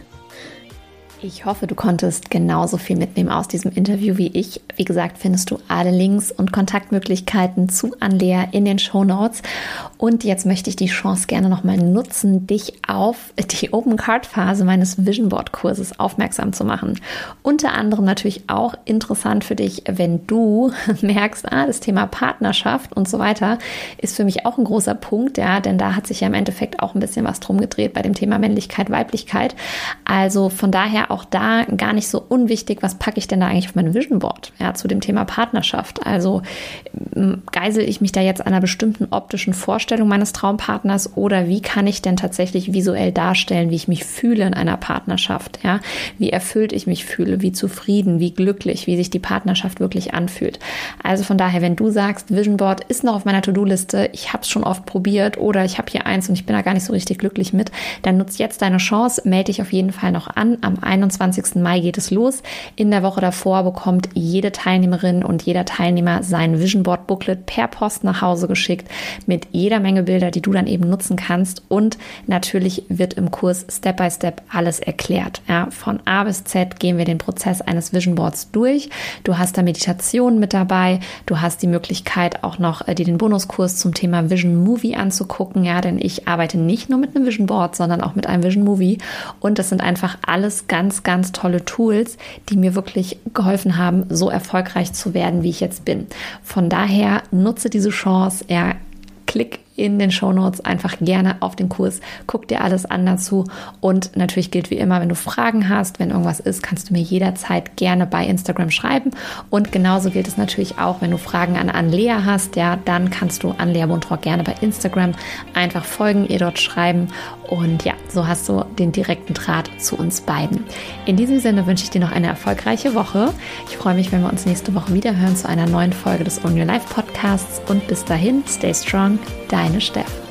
S1: Ich hoffe, du konntest genauso viel mitnehmen aus diesem Interview wie ich. Wie gesagt, findest du alle Links und Kontaktmöglichkeiten zu Andrea in den Shownotes. Und jetzt möchte ich die Chance gerne nochmal nutzen, dich auf die Open Card Phase meines Vision Board Kurses aufmerksam zu machen. Unter anderem natürlich auch interessant für dich, wenn du merkst, das Thema Partnerschaft und so weiter ist für mich auch ein großer Punkt, ja, denn da hat sich ja im Endeffekt auch ein bisschen was drum gedreht bei dem Thema Männlichkeit, Weiblichkeit. Also von daher auch da gar nicht so unwichtig, was packe ich denn da eigentlich auf mein Vision Board, ja, zu dem Thema Partnerschaft. Also geisel ich mich da jetzt einer bestimmten optischen Vorstellung meines Traumpartners oder wie kann ich denn tatsächlich visuell darstellen, wie ich mich fühle in einer Partnerschaft, ja, wie erfüllt ich mich fühle, wie zufrieden, wie glücklich, wie sich die Partnerschaft wirklich anfühlt. Also von daher, wenn du sagst, Vision Board ist noch auf meiner To-Do-Liste, ich habe es schon oft probiert oder ich habe hier eins und ich bin da gar nicht so richtig glücklich mit, dann nutz jetzt deine Chance, melde dich auf jeden Fall noch an. Am 21. Mai geht es los. In der Woche davor bekommt jede Teilnehmerin und jeder Teilnehmer sein Vision Board Booklet per Post nach Hause geschickt mit jeder Menge Bilder, die du dann eben nutzen kannst. Und natürlich wird im Kurs Step by Step alles erklärt. Ja, von A bis Z gehen wir den Prozess eines Vision Boards durch. Du hast da Meditationen mit dabei. Du hast die Möglichkeit auch noch dir den Bonuskurs zum Thema Vision Movie anzugucken. Ja, denn ich arbeite nicht nur mit einem Vision Board, sondern auch mit einem Vision Movie. Und das sind einfach alles ganz, ganz tolle Tools, die mir wirklich geholfen haben, so erfolgreich zu werden, wie ich jetzt bin. Von daher nutze diese Chance, klick in den Shownotes einfach gerne auf den Kurs, guck dir alles an dazu und natürlich gilt wie immer, wenn du Fragen hast, wenn irgendwas ist, kannst du mir jederzeit gerne bei Instagram schreiben und genauso gilt es natürlich auch, wenn du Fragen an Anlea hast, ja, dann kannst du Anlea Buntrock gerne bei Instagram einfach folgen, ihr dort schreiben und ja, so hast du den direkten Draht zu uns beiden. In diesem Sinne wünsche ich dir noch eine erfolgreiche Woche. Ich freue mich, wenn wir uns nächste Woche wieder hören zu einer neuen Folge des Own Your Life Podcasts und bis dahin, stay strong, deine Steff.